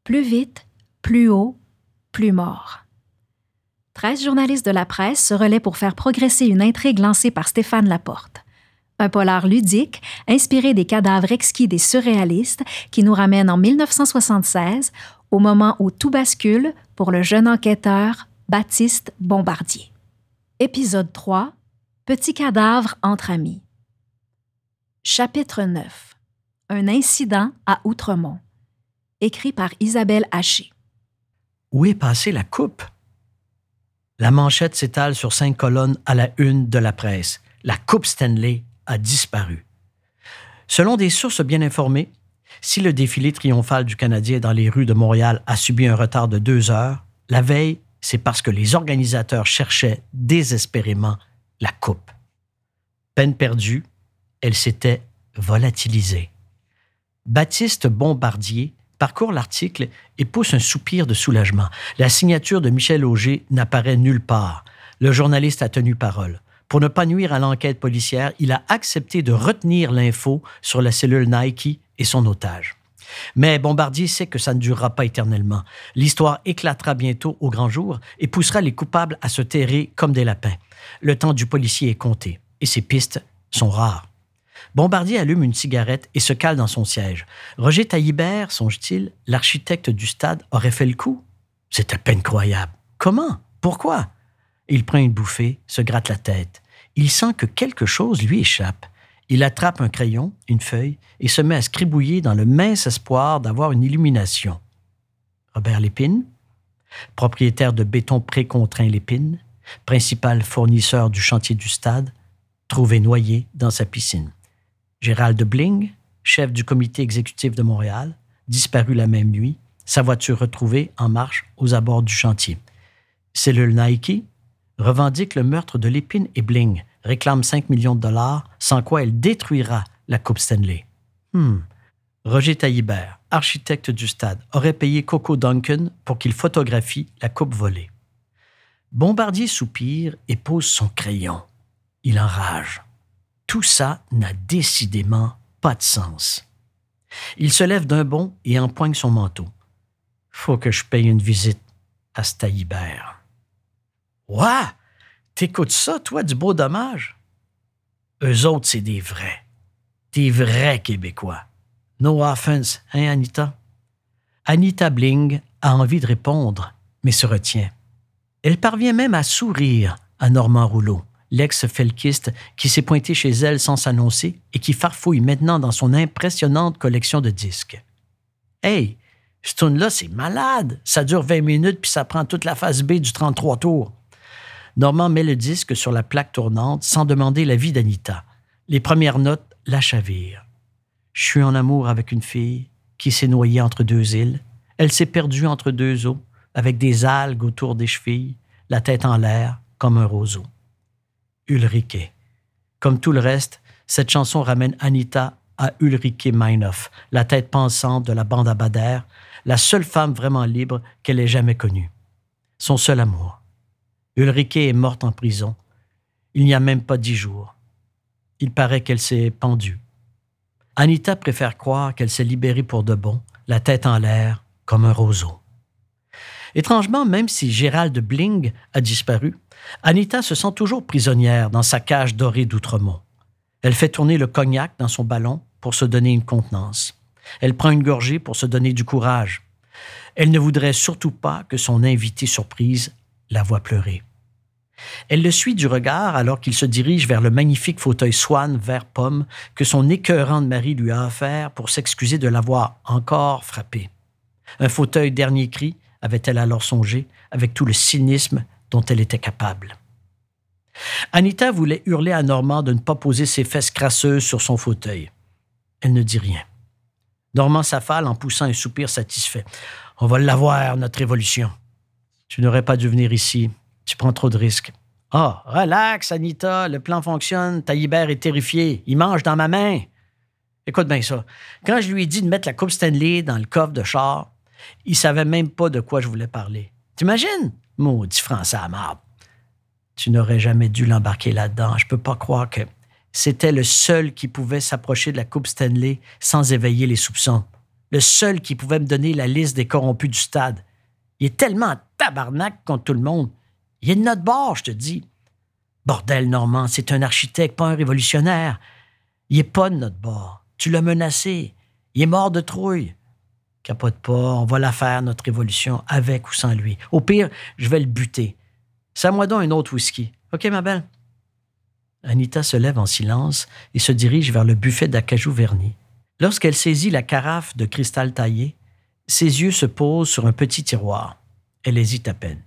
Plus vite, plus haut, plus mort. 13 journalistes de la presse se relaient pour faire progresser une intrigue lancée par Stéphane Laporte. Un polar ludique, inspiré des cadavres exquis des surréalistes, qui nous ramène en 1976, au moment où tout bascule pour le jeune enquêteur Baptiste Bombardier. Épisode 3. Petit cadavre entre amis. Chapitre 9. Un incident à Outremont. Écrit par Isabelle Haché. Où est passée la coupe? La manchette s'étale sur 5 colonnes à la une de la presse. La coupe Stanley a disparu. Selon des sources bien informées, si le défilé triomphal du Canadien dans les rues de Montréal a subi un retard de 2 heures, la veille, c'est parce que les organisateurs cherchaient désespérément la coupe. Peine perdue, elle s'était volatilisée. Baptiste Bombardier parcourt l'article et pousse un soupir de soulagement. La signature de Michel Auger n'apparaît nulle part. Le journaliste a tenu parole. Pour ne pas nuire à l'enquête policière, il a accepté de retenir l'info sur la cellule Nike et son otage. Mais Bombardier sait que ça ne durera pas éternellement. L'histoire éclatera bientôt au grand jour et poussera les coupables à se terrer comme des lapins. Le temps du policier est compté et ses pistes sont rares. Bombardier allume une cigarette et se cale dans son siège. Roger Taillibert, songe-t-il, l'architecte du stade, aurait fait le coup? C'est à peine croyable. Comment? Pourquoi? Il prend une bouffée, se gratte la tête. Il sent que quelque chose lui échappe. Il attrape un crayon, une feuille, et se met à scribouiller dans le mince espoir d'avoir une illumination. Robert Lépine, propriétaire de béton précontraint Lépine, principal fournisseur du chantier du stade, trouvé noyé dans sa piscine. Gérald Bling, chef du comité exécutif de Montréal, disparu la même nuit, sa voiture retrouvée en marche aux abords du chantier. Cellule Nike revendique le meurtre de Lépine et Bling, réclame 5 millions de dollars, sans quoi elle détruira la Coupe Stanley. Roger Taillibert, architecte du stade, aurait payé Coco Duncan pour qu'il photographie la coupe volée. Bombardier soupire et pose son crayon. Il enrage. Tout ça n'a décidément pas de sens. Il se lève d'un bond et empoigne son manteau. Faut que je paye une visite à ce Taillibert. Ouah! T'écoutes ça, toi, du beau dommage? Eux autres, c'est des vrais Québécois. No offense, hein, Anita? Anita Bling a envie de répondre, mais se retient. Elle parvient même à sourire à Normand Rouleau, l'ex-felkiste qui s'est pointé chez elle sans s'annoncer et qui farfouille maintenant dans son impressionnante collection de disques. « Hey, ce tune-là, c'est malade! Ça dure 20 minutes puis ça prend toute la phase B du 33 tours. » Normand met le disque sur la plaque tournante sans demander l'avis d'Anita. Les premières notes la chavirent. « Je suis en amour avec une fille qui s'est noyée entre 2 îles. Elle s'est perdue entre 2 eaux, avec des algues autour des chevilles, la tête en l'air comme un roseau. » Ulrike. Comme tout le reste, cette chanson ramène Anita à Ulrike Meinhof, la tête pensante de la bande à Bader, la seule femme vraiment libre qu'elle ait jamais connue. Son seul amour. Ulrike est morte en prison. Il n'y a même pas 10 jours. Il paraît qu'elle s'est pendue. Anita préfère croire qu'elle s'est libérée pour de bon, la tête en l'air, comme un roseau. Étrangement, même si Gérald Bling a disparu, Anita se sent toujours prisonnière dans sa cage dorée d'Outremont. Elle fait tourner le cognac dans son ballon pour se donner une contenance. Elle prend une gorgée pour se donner du courage. Elle ne voudrait surtout pas que son invité surprise la voie pleurer. Elle le suit du regard alors qu'il se dirige vers le magnifique fauteuil Swan vert pomme que son écœurante mari lui a offert pour s'excuser de l'avoir encore frappé. Un fauteuil dernier cri, avait-elle alors songé, avec tout le cynisme dont elle était capable. Anita voulait hurler à Normand de ne pas poser ses fesses crasseuses sur son fauteuil. Elle ne dit rien. Normand s'affale en poussant un soupir satisfait. « On va l'avoir, notre révolution. Tu n'aurais pas dû venir ici. Tu prends trop de risques. »« Ah, relax, Anita, le plan fonctionne. Taillibert est terrifié. Il mange dans ma main. » Écoute bien ça. Quand je lui ai dit de mettre la coupe Stanley dans le coffre de char, il savait même pas de quoi je voulais parler. T'imagines? Maudit français à marde. Tu n'aurais jamais dû l'embarquer là-dedans. Je peux pas croire que c'était le seul qui pouvait s'approcher de la coupe Stanley sans éveiller les soupçons. Le seul qui pouvait me donner la liste des corrompus du stade. Il est tellement en tabarnak contre tout le monde. Il est de notre bord, je te dis. Bordel, Normand, c'est un architecte, pas un révolutionnaire. Il est pas de notre bord. Tu l'as menacé. Il est mort de trouille. Capote pas, on va la faire, notre révolution, avec ou sans lui. Au pire, je vais le buter. Sers-moi donc un autre whisky. OK, ma belle? Anita se lève en silence et se dirige vers le buffet d'acajou verni. Lorsqu'elle saisit la carafe de cristal taillé, ses yeux se posent sur un petit tiroir. Elle hésite à peine.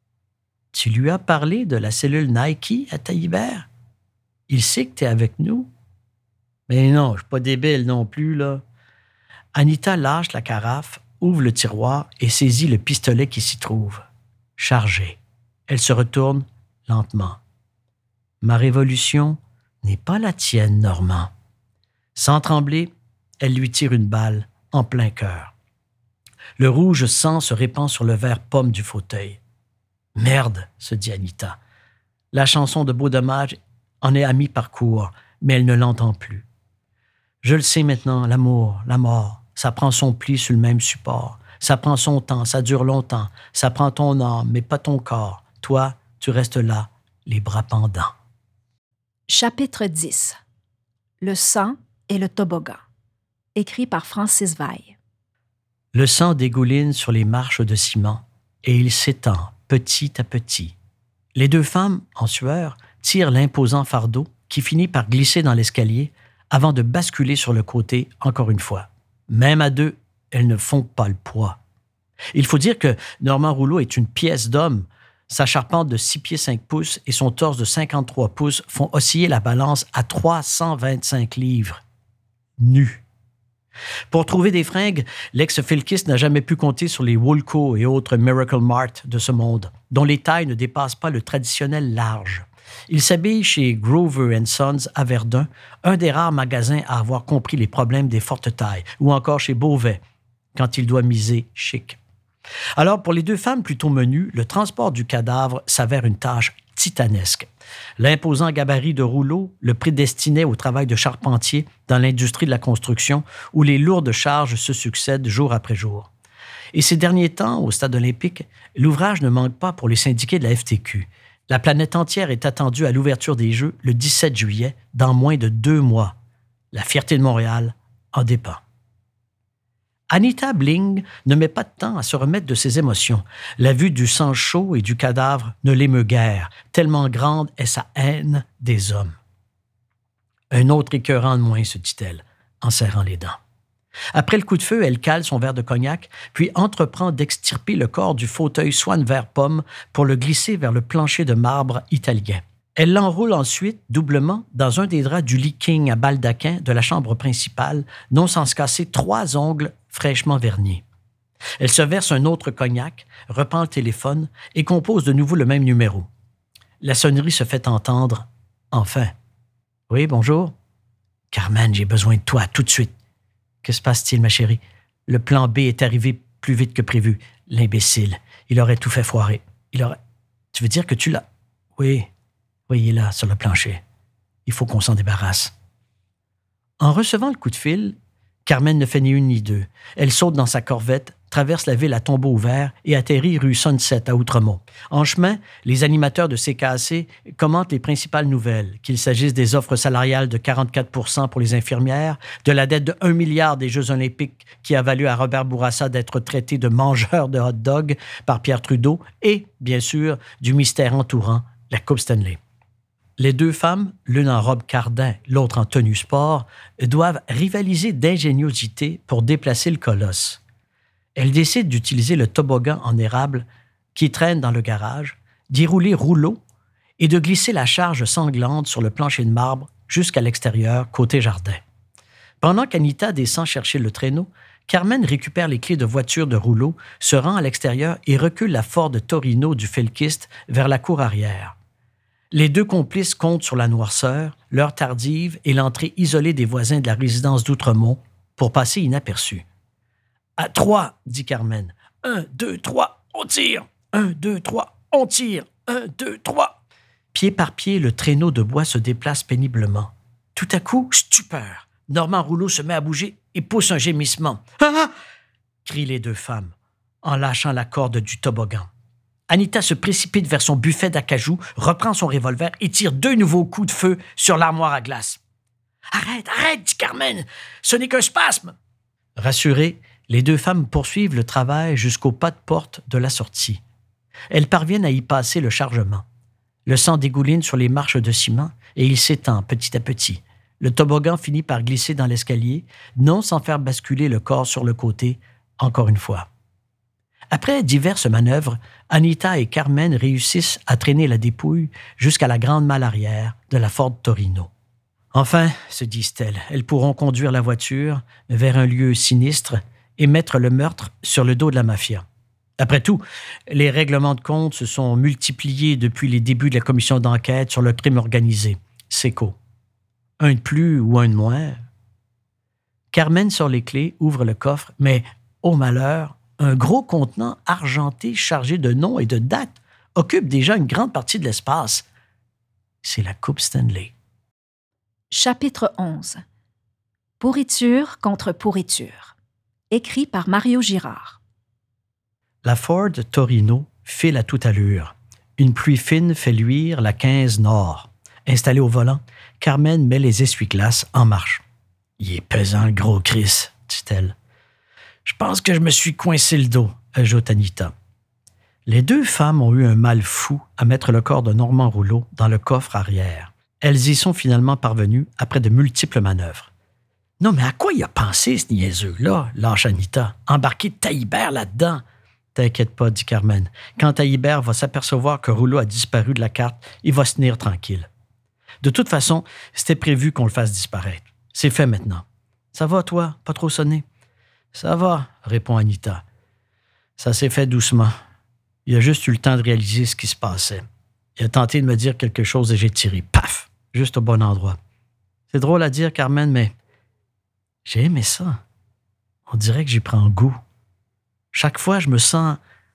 « Tu lui as parlé de la cellule Nike à Taillibert? Il sait que tu es avec nous? » « Mais non, je ne suis pas débile non plus, là. » Anita lâche la carafe, ouvre le tiroir et saisit le pistolet qui s'y trouve. Chargé. Elle se retourne lentement. « Ma révolution n'est pas la tienne, Normand. » Sans trembler, elle lui tire une balle en plein cœur. Le rouge sang se répand sur le verre pomme du fauteuil. « Merde, se dit Anita. La chanson de Beau Dommage en est à mi-parcours, mais elle ne l'entend plus. Je le sais maintenant, l'amour, la mort, ça prend son pli sur le même support. Ça prend son temps, ça dure longtemps. Ça prend ton âme, mais pas ton corps. Toi, tu restes là, les bras pendants. Chapitre 10. Le sang et le toboggan. Écrit par Francis Veil. Le sang dégouline sur les marches de ciment et il s'étend petit à petit. Les deux femmes, en sueur, tirent l'imposant fardeau qui finit par glisser dans l'escalier avant de basculer sur le côté encore une fois. Même à deux, elles ne font pas le poids. Il faut dire que Normand Rouleau est une pièce d'homme. Sa charpente de 6 pieds 5 pouces et son torse de 53 pouces font osciller la balance à 325 livres. Nu. Pour trouver des fringues, l'ex-filkiste n'a jamais pu compter sur les Woolco et autres Miracle Mart de ce monde, dont les tailles ne dépassent pas le traditionnel large. Il s'habille chez Grover & Sons à Verdun, un des rares magasins à avoir compris les problèmes des fortes tailles, ou encore chez Beauvais, quand il doit miser chic. Alors, pour les deux femmes plutôt menues, le transport du cadavre s'avère une tâche titanesque. L'imposant gabarit de Rouleau le prédestinait au travail de charpentier dans l'industrie de la construction, où les lourdes charges se succèdent jour après jour. Et ces derniers temps, au Stade olympique, l'ouvrage ne manque pas pour les syndiqués de la FTQ. La planète entière est attendue à l'ouverture des Jeux le 17 juillet, dans moins de 2 mois. La fierté de Montréal en dépend. Anita Bling ne met pas de temps à se remettre de ses émotions. La vue du sang chaud et du cadavre ne l'émeut guère, tellement grande est sa haine des hommes. Un autre écœurant de moins, se dit-elle, en serrant les dents. Après le coup de feu, elle cale son verre de cognac, puis entreprend d'extirper le corps du fauteuil Swan vert pomme pour le glisser vers le plancher de marbre italien. Elle l'enroule ensuite doublement dans un des draps du lit king à baldaquin de la chambre principale, non sans se casser 3 ongles fraîchement vernis. Elle se verse un autre cognac, reprend le téléphone et compose de nouveau le même numéro. La sonnerie se fait entendre, enfin. « Oui, bonjour. »« Carmen, j'ai besoin de toi tout de suite. »« Que se passe-t-il, ma chérie? »« Le plan B est arrivé plus vite que prévu. L'imbécile. Il aurait tout fait foirer. Il aurait... »« Tu veux dire que tu l'as... »« Oui. Oui, il est là, sur le plancher. Il faut qu'on s'en débarrasse. » En recevant le coup de fil, Carmen ne fait ni une ni deux. Elle saute dans sa corvette, traverse la ville à tombeau ouvert et atterrit rue Sunset à Outremont. En chemin, les animateurs de CKAC commentent les principales nouvelles, qu'il s'agisse des offres salariales de 44 % pour les infirmières, de la dette de 1 milliard des Jeux olympiques qui a valu à Robert Bourassa d'être traité de mangeur de hot-dog par Pierre Trudeau et, bien sûr, du mystère entourant la Coupe Stanley. Les deux femmes, l'une en robe cardin, l'autre en tenue sport, doivent rivaliser d'ingéniosité pour déplacer le colosse. Elles décident d'utiliser le toboggan en érable qui traîne dans le garage, d'y rouler rouleau et de glisser la charge sanglante sur le plancher de marbre jusqu'à l'extérieur, côté jardin. Pendant qu'Anita descend chercher le traîneau, Carmen récupère les clés de voiture de Rouleau, se rend à l'extérieur et recule la Ford Torino du felkiste vers la cour arrière. Les deux complices comptent sur la noirceur, l'heure tardive et l'entrée isolée des voisins de la résidence d'Outremont pour passer inaperçus. « À 3, dit Carmen. 1, 2, 3, on tire. 1, 2, 3, on tire. 1, 2, 3. Pied par pied, le traîneau de bois se déplace péniblement. Tout à coup, stupeur. Normand Rouleau se met à bouger et pousse un gémissement. « Ah! » crient les deux femmes, en lâchant la corde du toboggan. Anita se précipite vers son buffet d'acajou, reprend son revolver et tire 2 nouveaux coups de feu sur l'armoire à glace. « Arrête, arrête, dit Carmen, ce n'est qu'un spasme! » Rassurées, les deux femmes poursuivent le travail jusqu'au pas de porte de la sortie. Elles parviennent à y passer le chargement. Le sang dégouline sur les marches de ciment et il s'étend petit à petit. Le toboggan finit par glisser dans l'escalier, non sans faire basculer le corps sur le côté, encore une fois. Après diverses manœuvres, Anita et Carmen réussissent à traîner la dépouille jusqu'à la grande malle arrière de la Ford Torino. Enfin, se disent-elles, elles pourront conduire la voiture vers un lieu sinistre et mettre le meurtre sur le dos de la mafia. Après tout, les règlements de compte se sont multipliés depuis les débuts de la commission d'enquête sur le crime organisé, SECO. Un de plus ou un de moins. Carmen sort les clés, ouvre le coffre, mais, ô malheur, un gros contenant argenté chargé de noms et de dates occupe déjà une grande partie de l'espace. C'est la Coupe Stanley. Chapitre 11. Pourriture contre pourriture. Écrit par Mario Girard. La Ford Torino file à toute allure. Une pluie fine fait luire la 15 Nord. Installée au volant, Carmen met les essuie-glaces en marche. « Il est pesant, le gros Chris, » dit-elle. « Je pense que je me suis coincé le dos, » ajoute Anita. Les deux femmes ont eu un mal fou à mettre le corps de Normand Rouleau dans le coffre arrière. Elles y sont finalement parvenues après de multiples manœuvres. « Non, mais à quoi il a pensé, ce niaiseux-là, » lâche Anita. « Embarquer Taillibert là-dedans. » « T'inquiète pas, dit Carmen. Quand Taillibert va s'apercevoir que Rouleau a disparu de la carte, il va se tenir tranquille. De toute façon, c'était prévu qu'on le fasse disparaître. C'est fait maintenant. Ça va, toi? Pas trop sonné? Ça va, répond Anita. Ça s'est fait doucement. Il a juste eu le temps de réaliser ce qui se passait. Il a tenté de me dire quelque chose et j'ai tiré. Paf! Juste au bon endroit. C'est drôle à dire, Carmen, mais j'ai aimé ça. On dirait que j'y prends goût. Chaque fois, je me sens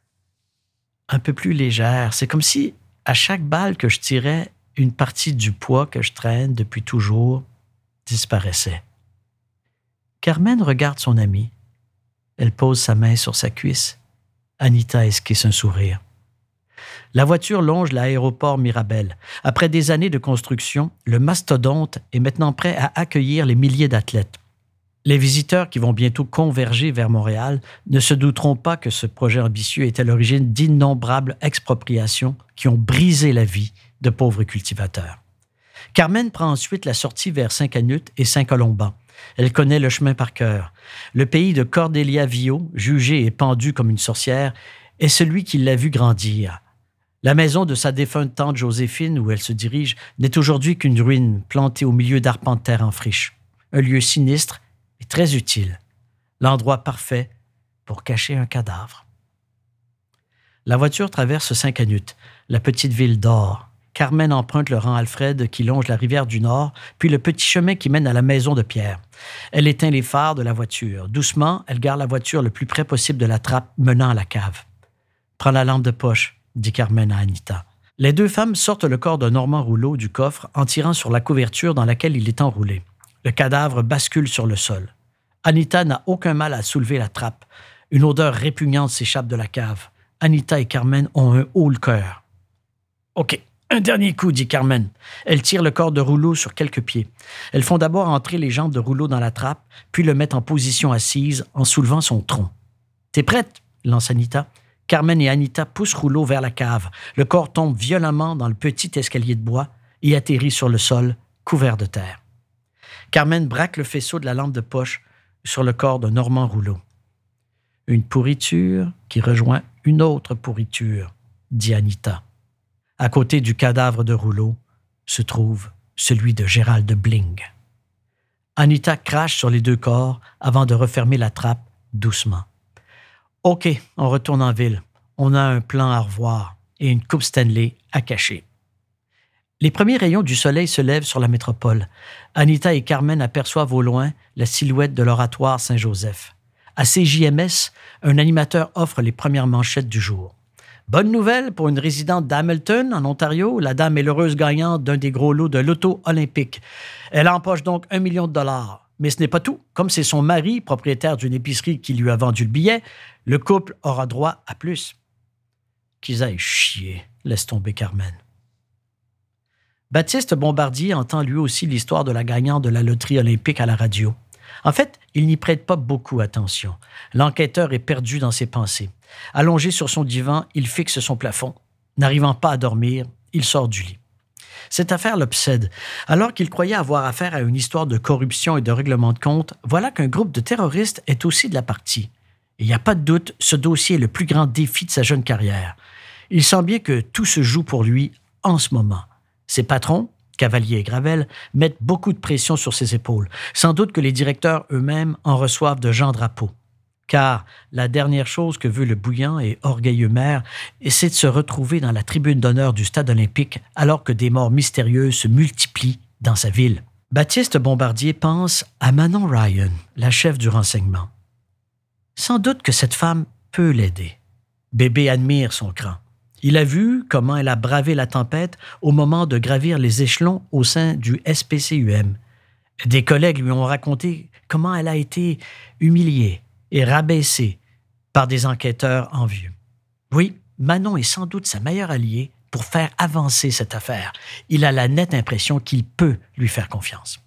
un peu plus légère. C'est comme si, à chaque balle que je tirais, une partie du poids que je traîne depuis toujours disparaissait. Carmen regarde son amie. Elle pose sa main sur sa cuisse. Anita esquisse un sourire. La voiture longe l'aéroport Mirabel. Après des années de construction, le mastodonte est maintenant prêt à accueillir les milliers d'athlètes. Les visiteurs qui vont bientôt converger vers Montréal ne se douteront pas que ce projet ambitieux est à l'origine d'innombrables expropriations qui ont brisé la vie de pauvres cultivateurs. Carmen prend ensuite la sortie vers Saint-Canut et Saint-Colomban. Elle connaît le chemin par cœur. Le pays de Cordélia Viau, jugée et pendue comme une sorcière, est celui qui l'a vue grandir. La maison de sa défunte tante Joséphine, où elle se dirige, n'est aujourd'hui qu'une ruine plantée au milieu d'arpents de terre en friche. Un lieu sinistre et très utile. L'endroit parfait pour cacher un cadavre. La voiture traverse Saint-Canut, la petite ville d'or. Carmen emprunte le rang Alfred qui longe la rivière du Nord, puis le petit chemin qui mène à la maison de Pierre. Elle éteint les phares de la voiture. Doucement, elle gare la voiture le plus près possible de la trappe menant à la cave. « Prends la lampe de poche », dit Carmen à Anita. Les deux femmes sortent le corps de Normand Rouleau du coffre en tirant sur la couverture dans laquelle il est enroulé. Le cadavre bascule sur le sol. Anita n'a aucun mal à soulever la trappe. Une odeur répugnante s'échappe de la cave. Anita et Carmen ont un haut le cœur. « OK, un dernier coup, dit Carmen. Elle tire le corps de Rouleau sur quelques pieds. Elles font d'abord entrer les jambes de Rouleau dans la trappe, puis le mettent en position assise en soulevant son tronc. « T'es prête? » lance Anita. Carmen et Anita poussent Rouleau vers la cave. Le corps tombe violemment dans le petit escalier de bois et atterrit sur le sol, couvert de terre. Carmen braque le faisceau de la lampe de poche sur le corps de Normand Rouleau. « Une pourriture qui rejoint une autre pourriture, » dit Anita. À côté du cadavre de Rouleau se trouve celui de Gérald Bling. Anita crache sur les deux corps avant de refermer la trappe doucement. « OK, on retourne en ville. On a un plan à revoir et une coupe Stanley à cacher. » Les premiers rayons du soleil se lèvent sur la métropole. Anita et Carmen aperçoivent au loin la silhouette de l'oratoire Saint-Joseph. À CJMS, un animateur offre les premières manchettes du jour. Bonne nouvelle pour une résidente d'Hamilton, en Ontario. La dame est l'heureuse gagnante d'un des gros lots de l'auto olympique. Elle empoche donc $1 million. Mais ce n'est pas tout. Comme c'est son mari, propriétaire d'une épicerie, qui lui a vendu le billet, le couple aura droit à plus. Qu'ils aillent chier, laisse tomber Carmen. Baptiste Bombardier entend lui aussi l'histoire de la gagnante de la loterie olympique à la radio. En fait, il n'y prête pas beaucoup attention. L'enquêteur est perdu dans ses pensées. Allongé sur son divan, il fixe son plafond. N'arrivant pas à dormir, il sort du lit. Cette affaire l'obsède. Alors qu'il croyait avoir affaire à une histoire de corruption et de règlement de compte, voilà qu'un groupe de terroristes est aussi de la partie. Il n'y a pas de doute, ce dossier est le plus grand défi de sa jeune carrière. Il sent bien que tout se joue pour lui en ce moment. Ses patrons, Cavalier et Gravel, mettent beaucoup de pression sur ses épaules. Sans doute que les directeurs eux-mêmes en reçoivent de Jean Drapeau. Car la dernière chose que veut le bouillant et orgueilleux maire, c'est de se retrouver dans la tribune d'honneur du stade olympique alors que des morts mystérieuses se multiplient dans sa ville. Baptiste Bombardier pense à Manon Ryan, la chef du renseignement. Sans doute que cette femme peut l'aider. Bébé admire son cran. Il a vu comment elle a bravé la tempête au moment de gravir les échelons au sein du SPCUM. Des collègues lui ont raconté comment elle a été humiliée et rabaissée par des enquêteurs envieux. Oui, Manon est sans doute sa meilleure alliée pour faire avancer cette affaire. Il a la nette impression qu'il peut lui faire confiance.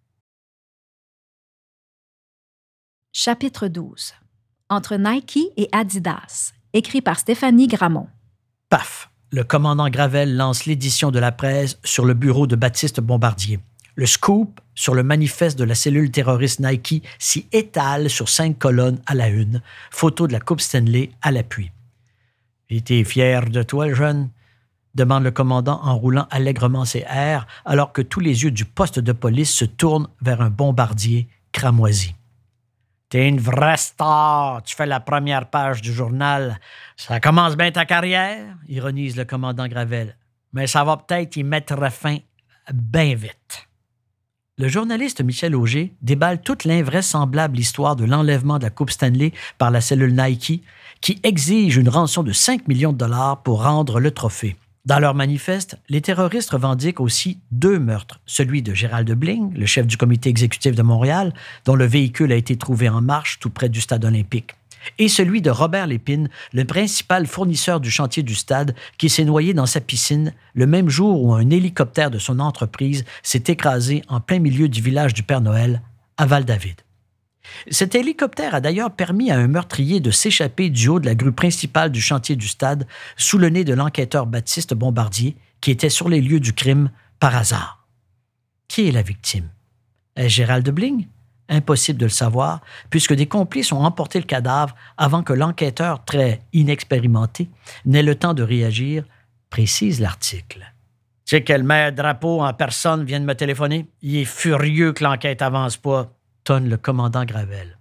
Chapitre 12. Entre Nike et Adidas, écrit par Stéphanie Gramont. Paf! Le commandant Gravel lance l'édition de la presse sur le bureau de Baptiste Bombardier. Le scoop sur le manifeste de la cellule terroriste Nike s'y étale sur 5 colonnes à la une, photo de la Coupe Stanley à l'appui. « Et t'es fier de toi, le jeune? » demande le commandant en roulant allègrement ses airs, alors que tous les yeux du poste de police se tournent vers un Bombardier cramoisi. « T'es une vraie star, tu fais la première page du journal. Ça commence bien ta carrière, » ironise le commandant Gravel. « Mais ça va peut-être y mettre fin bien vite. » Le journaliste Michel Auger déballe toute l'invraisemblable histoire de l'enlèvement de la Coupe Stanley par la cellule Nike, qui exige une rançon de 5 millions de dollars pour rendre le trophée. Dans leur manifeste, les terroristes revendiquent aussi 2 meurtres, celui de Gérald Bling, le chef du comité exécutif de Montréal, dont le véhicule a été trouvé en marche tout près du stade olympique, et celui de Robert Lépine, le principal fournisseur du chantier du stade, qui s'est noyé dans sa piscine le même jour où un hélicoptère de son entreprise s'est écrasé en plein milieu du village du Père Noël, à Val-David. Cet hélicoptère a d'ailleurs permis à un meurtrier de s'échapper du haut de la grue principale du chantier du stade sous le nez de l'enquêteur Baptiste Bombardier, qui était sur les lieux du crime par hasard. Qui est la victime? Est-ce Gérald Bling? Impossible de le savoir, puisque des complices ont emporté le cadavre avant que l'enquêteur, très inexpérimenté, n'ait le temps de réagir, précise l'article. « Tu sais que le maire Drapeau en personne vient de me téléphoner? Il est furieux que l'enquête avance pas, » tonne le commandant Gravel.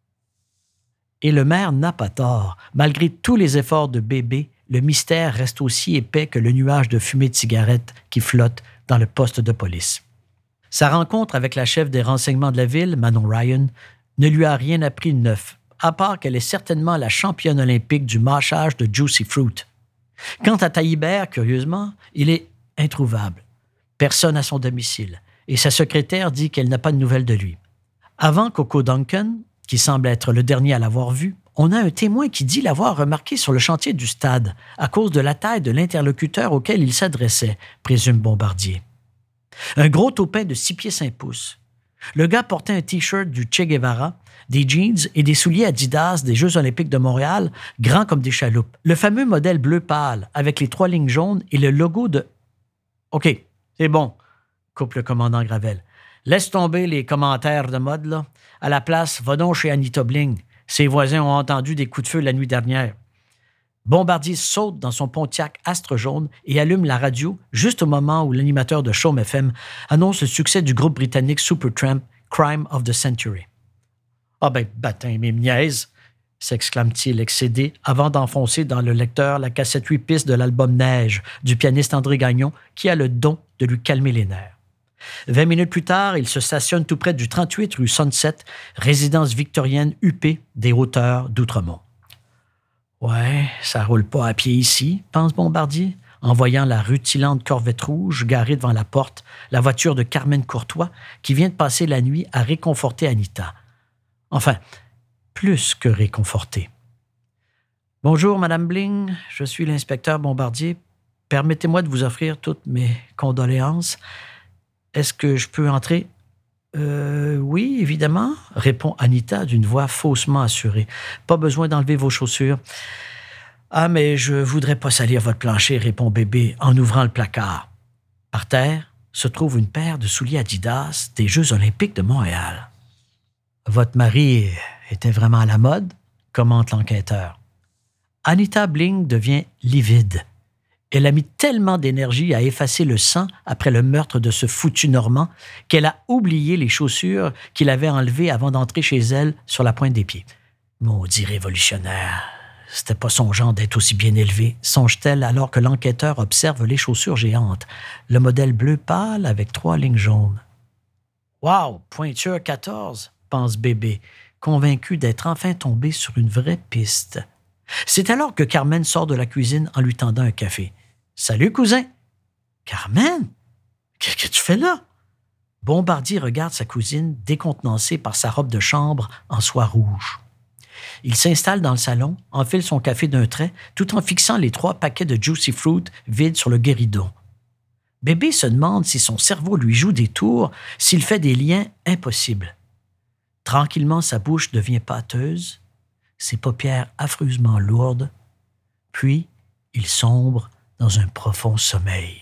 Et le maire n'a pas tort. Malgré tous les efforts de Bébé, le mystère reste aussi épais que le nuage de fumée de cigarette qui flotte dans le poste de police. Sa rencontre avec la chef des renseignements de la ville, Manon Ryan, ne lui a rien appris de neuf, à part qu'elle est certainement la championne olympique du mâchage de Juicy Fruit. Quant à Taillibert, curieusement, il est introuvable. Personne à son domicile, et sa secrétaire dit qu'elle n'a pas de nouvelles de lui. Avant Coco Duncan, qui semble être le dernier à l'avoir vu, on a un témoin qui dit l'avoir remarqué sur le chantier du stade à cause de la taille de l'interlocuteur auquel il s'adressait, présume Bombardier. Un gros taupin de 6 pieds 5 pouces. Le gars portait un T-shirt du Che Guevara, des jeans et des souliers Adidas des Jeux olympiques de Montréal, grands comme des chaloupes. Le fameux modèle bleu pâle, avec les 3 lignes jaunes et le logo de... « OK, c'est bon, » coupe le commandant Gravel. « Laisse tomber les commentaires de mode, là. À la place, va donc chez Anita Bling. Ses voisins ont entendu des coups de feu la nuit dernière. » Bombardier saute dans son Pontiac Astre jaune et allume la radio juste au moment où l'animateur de Chaume FM annonce le succès du groupe britannique Supertramp, Crime of the Century. « Ah ben, bâtin, mais me niaise !» s'exclame-t-il excédé avant d'enfoncer dans le lecteur la cassette 8 pistes de l'album Neige du pianiste André Gagnon qui a le don de lui calmer les nerfs. 20 minutes plus tard, il se stationne tout près du 38 rue Sunset, résidence victorienne huppée des hauteurs d'Outremont. « Ouais, ça roule pas à pied ici, pense Bombardier. en voyant la rutilante Corvette rouge garée devant la porte, la voiture de Carmen Courtois qui vient de passer la nuit à réconforter Anita. Enfin, plus que réconforter. « Bonjour, Madame Bling, je suis l'inspecteur Bombardier. Permettez-moi de vous offrir toutes mes condoléances. Est-ce que je peux entrer? » Oui, évidemment, répond Anita d'une voix faussement assurée. Pas besoin d'enlever vos chaussures. Ah, mais je voudrais pas salir votre plancher, répond Bébé en ouvrant le placard. Par terre se trouve une paire de souliers Adidas des Jeux olympiques de Montréal. Votre mari était vraiment à la mode, commente l'enquêteur. Anita Bling devient livide. Elle a mis tellement d'énergie à effacer le sang après le meurtre de ce foutu Normand qu'elle a oublié les chaussures qu'il avait enlevées avant d'entrer chez elle sur la pointe des pieds. Maudit révolutionnaire! C'était pas son genre d'être aussi bien élevé, songe-t-elle alors que l'enquêteur observe les chaussures géantes, le modèle bleu pâle avec 3 lignes jaunes. « Wow! Pointure 14! » pense Bébé, convaincu d'être enfin tombé sur une vraie piste. C'est alors que Carmen sort de la cuisine en lui tendant un café. « Salut, cousin! »« Carmen? Qu'est-ce que tu fais là? » Bombardier regarde sa cousine décontenancée par sa robe de chambre en soie rouge. Il s'installe dans le salon, enfile son café d'un trait, tout en fixant les 3 paquets de Juicy Fruit vides sur le guéridon. Bébé se demande si son cerveau lui joue des tours, s'il fait des liens impossibles. Tranquillement, sa bouche devient pâteuse, ses paupières affreusement lourdes, puis il sombre dans un profond sommeil.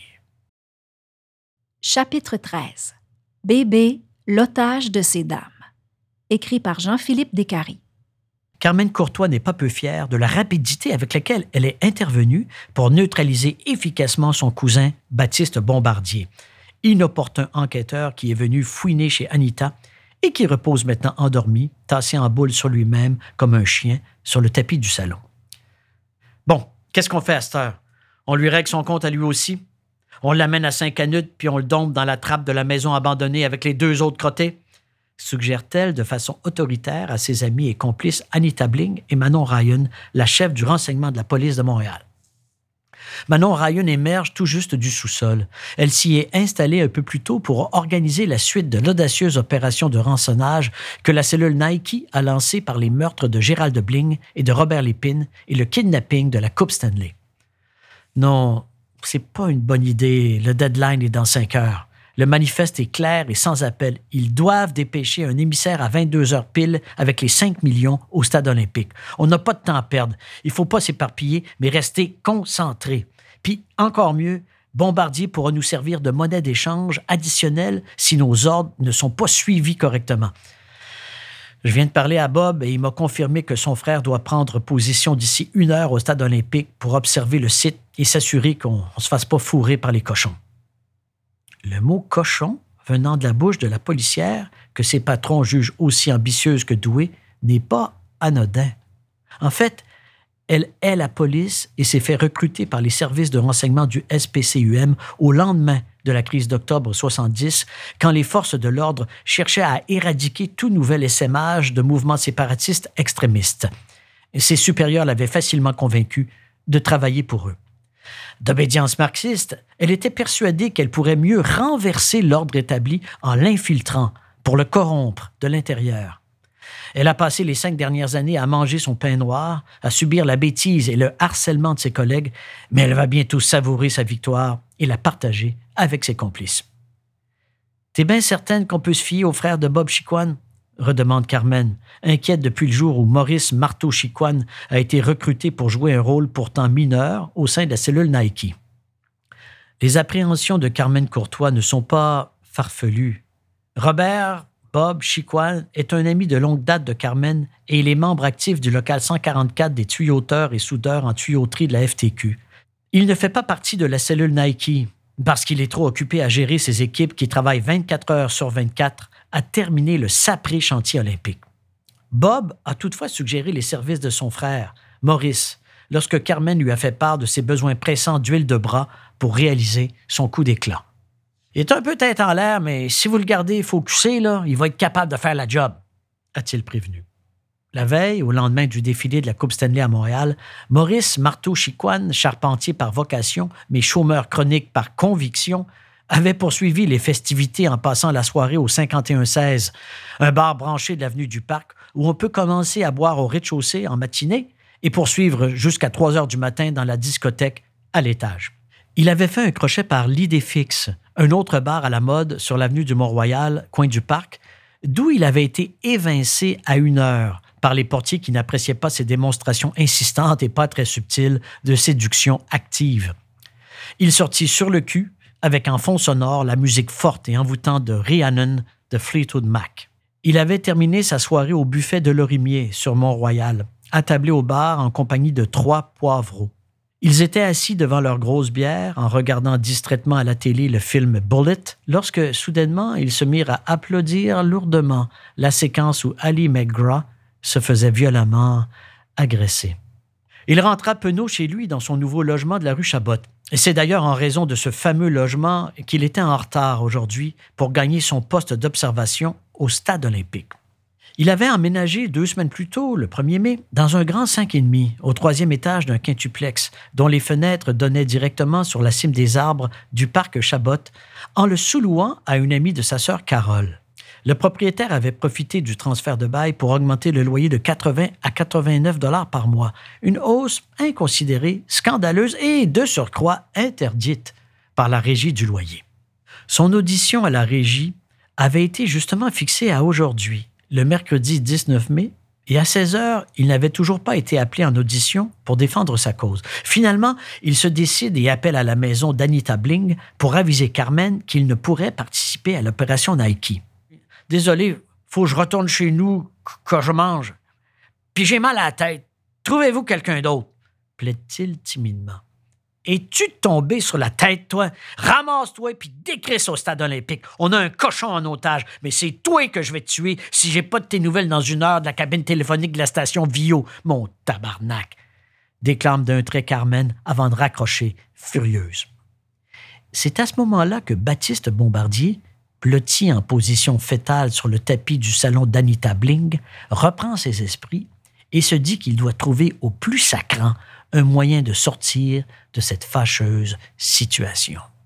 Chapitre 13. Bébé, l'otage de ces dames. Écrit par Jean-Philippe Descaries. Carmen Courtois n'est pas peu fière de la rapidité avec laquelle elle est intervenue pour neutraliser efficacement son cousin Baptiste Bombardier, inopportun enquêteur qui est venu fouiner chez Anita et qui repose maintenant endormi, tassé en boule sur lui-même comme un chien sur le tapis du salon. Bon, qu'est-ce qu'on fait à cette heure? On lui règle son compte à lui aussi? On l'amène à Saint-Canute puis on le dompe dans la trappe de la maison abandonnée avec les 2 autres crottés? Suggère-t-elle de façon autoritaire à ses amis et complices Anita Bling et Manon Ryan, la chef du renseignement de la police de Montréal. Manon Ryan émerge tout juste du sous-sol. Elle s'y est installée un peu plus tôt pour organiser la suite de l'audacieuse opération de rançonnage que la cellule Nike a lancée par les meurtres de Gérald Bling et de Robert Lépine et le kidnapping de la Coupe Stanley. Non, c'est pas une bonne idée. Le deadline est dans 5 heures. Le manifeste est clair et sans appel. Ils doivent dépêcher un émissaire à 22 heures pile avec les 5 millions au stade olympique. On n'a pas de temps à perdre. Il ne faut pas s'éparpiller, mais rester concentré. Puis, encore mieux, Bombardier pourra nous servir de monnaie d'échange additionnelle si nos ordres ne sont pas suivis correctement. Je viens de parler à Bob et il m'a confirmé que son frère doit prendre position d'ici 1 heure au stade olympique pour observer le site et s'assurer qu'on ne se fasse pas fourrer par les cochons. Le mot « cochon », venant de la bouche de la policière, que ses patrons jugent aussi ambitieuse que douée, n'est pas anodin. En fait, elle est la police et s'est fait recruter par les services de renseignement du SPCUM au lendemain de la crise d'octobre 70, quand les forces de l'ordre cherchaient à éradiquer tout nouvel essaimage de mouvements séparatistes extrémistes. Ses supérieurs l'avaient facilement convaincue de travailler pour eux. D'obédience marxiste, elle était persuadée qu'elle pourrait mieux renverser l'ordre établi en l'infiltrant pour le corrompre de l'intérieur. Elle a passé les 5 dernières années à manger son pain noir, à subir la bêtise et le harcèlement de ses collègues, mais elle va bientôt savourer sa victoire et la partager avec ses complices. « T'es bien certaine qu'on peut se fier au frère de Bob Chicoine? » redemande Carmen, inquiète depuis le jour où Maurice Marteau Chicoine a été recruté pour jouer un rôle pourtant mineur au sein de la cellule Nike. Les appréhensions de Carmen Courtois ne sont pas farfelues. Robert Bob Chicoine est un ami de longue date de Carmen et il est membre actif du local 144 des tuyauteurs et soudeurs en tuyauterie de la FTQ. Il ne fait pas partie de la cellule Nike parce qu'il est trop occupé à gérer ses équipes qui travaillent 24 heures sur 24 à terminer le sapré chantier olympique. Bob a toutefois suggéré les services de son frère, Maurice, lorsque Carmen lui a fait part de ses besoins pressants d'huile de bras pour réaliser son coup d'éclat. Il est un peu tête en l'air, mais si vous le gardez focusé, là, il va être capable de faire la job, a-t-il prévenu. La veille, au lendemain du défilé de la Coupe Stanley à Montréal, Maurice Marteau-Chicoine, charpentier par vocation, mais chômeur chronique par conviction, avait poursuivi les festivités en passant la soirée au 5116, un bar branché de l'avenue du Parc où on peut commencer à boire au rez-de-chaussée en matinée et poursuivre jusqu'à 3 heures du matin dans la discothèque à l'étage. Il avait fait un crochet par l'Idée fixe, un autre bar à la mode sur l'avenue du Mont-Royal, coin du Parc, d'où il avait été évincé à 1 heure par les portiers qui n'appréciaient pas ses démonstrations insistantes et pas très subtiles de séduction active. Il sortit sur le cul, avec en fond sonore la musique forte et envoûtante de Rhiannon de Fleetwood Mac. Il avait terminé sa soirée au buffet de Lorimier, sur Mont-Royal, attablé au bar en compagnie de 3 poivreaux. Ils étaient assis devant leur grosse bière, en regardant distraitement à la télé le film Bullet, lorsque, soudainement, ils se mirent à applaudir lourdement la séquence où Ali McGraw se faisait violemment agresser. Il rentra penaud chez lui dans son nouveau logement de la rue Chabot. Et c'est d'ailleurs en raison de ce fameux logement qu'il était en retard aujourd'hui pour gagner son poste d'observation au Stade olympique. Il avait emménagé 2 semaines plus tôt, le 1er mai, dans un grand 5,5 au 3e étage d'un quintuplex dont les fenêtres donnaient directement sur la cime des arbres du parc Chabot en le sous-louant à une amie de sa sœur Carole. Le propriétaire avait profité du transfert de bail pour augmenter le loyer de 80 à 89 $ par mois, une hausse inconsidérée, scandaleuse et, de surcroît, interdite par la régie du loyer. Son audition à la régie avait été justement fixée à aujourd'hui, le mercredi 19 mai, et à 16 heures, il n'avait toujours pas été appelé en audition pour défendre sa cause. Finalement, il se décide et appelle à la maison d'Anita Bling pour aviser Carmen qu'il ne pourrait participer à l'opération Nike. « Désolé, faut que je retourne chez nous, que je mange. Puis j'ai mal à la tête. Trouvez-vous quelqu'un d'autre? » plaide-t-il timidement. « Es-tu tombé sur la tête, toi? Ramasse-toi puis décrisse au Stade olympique. On a un cochon en otage, mais c'est toi que je vais tuer si j'ai pas de tes nouvelles dans 1 heure de la cabine téléphonique de la station Vio, mon tabarnak! » déclame d'un trait Carmen avant de raccrocher, furieuse. C'est à ce moment-là que Baptiste Bombardier, blotti en position fétale sur le tapis du salon d'Anita Bling, reprend ses esprits et se dit qu'il doit trouver au plus sacrant un moyen de sortir de cette fâcheuse situation.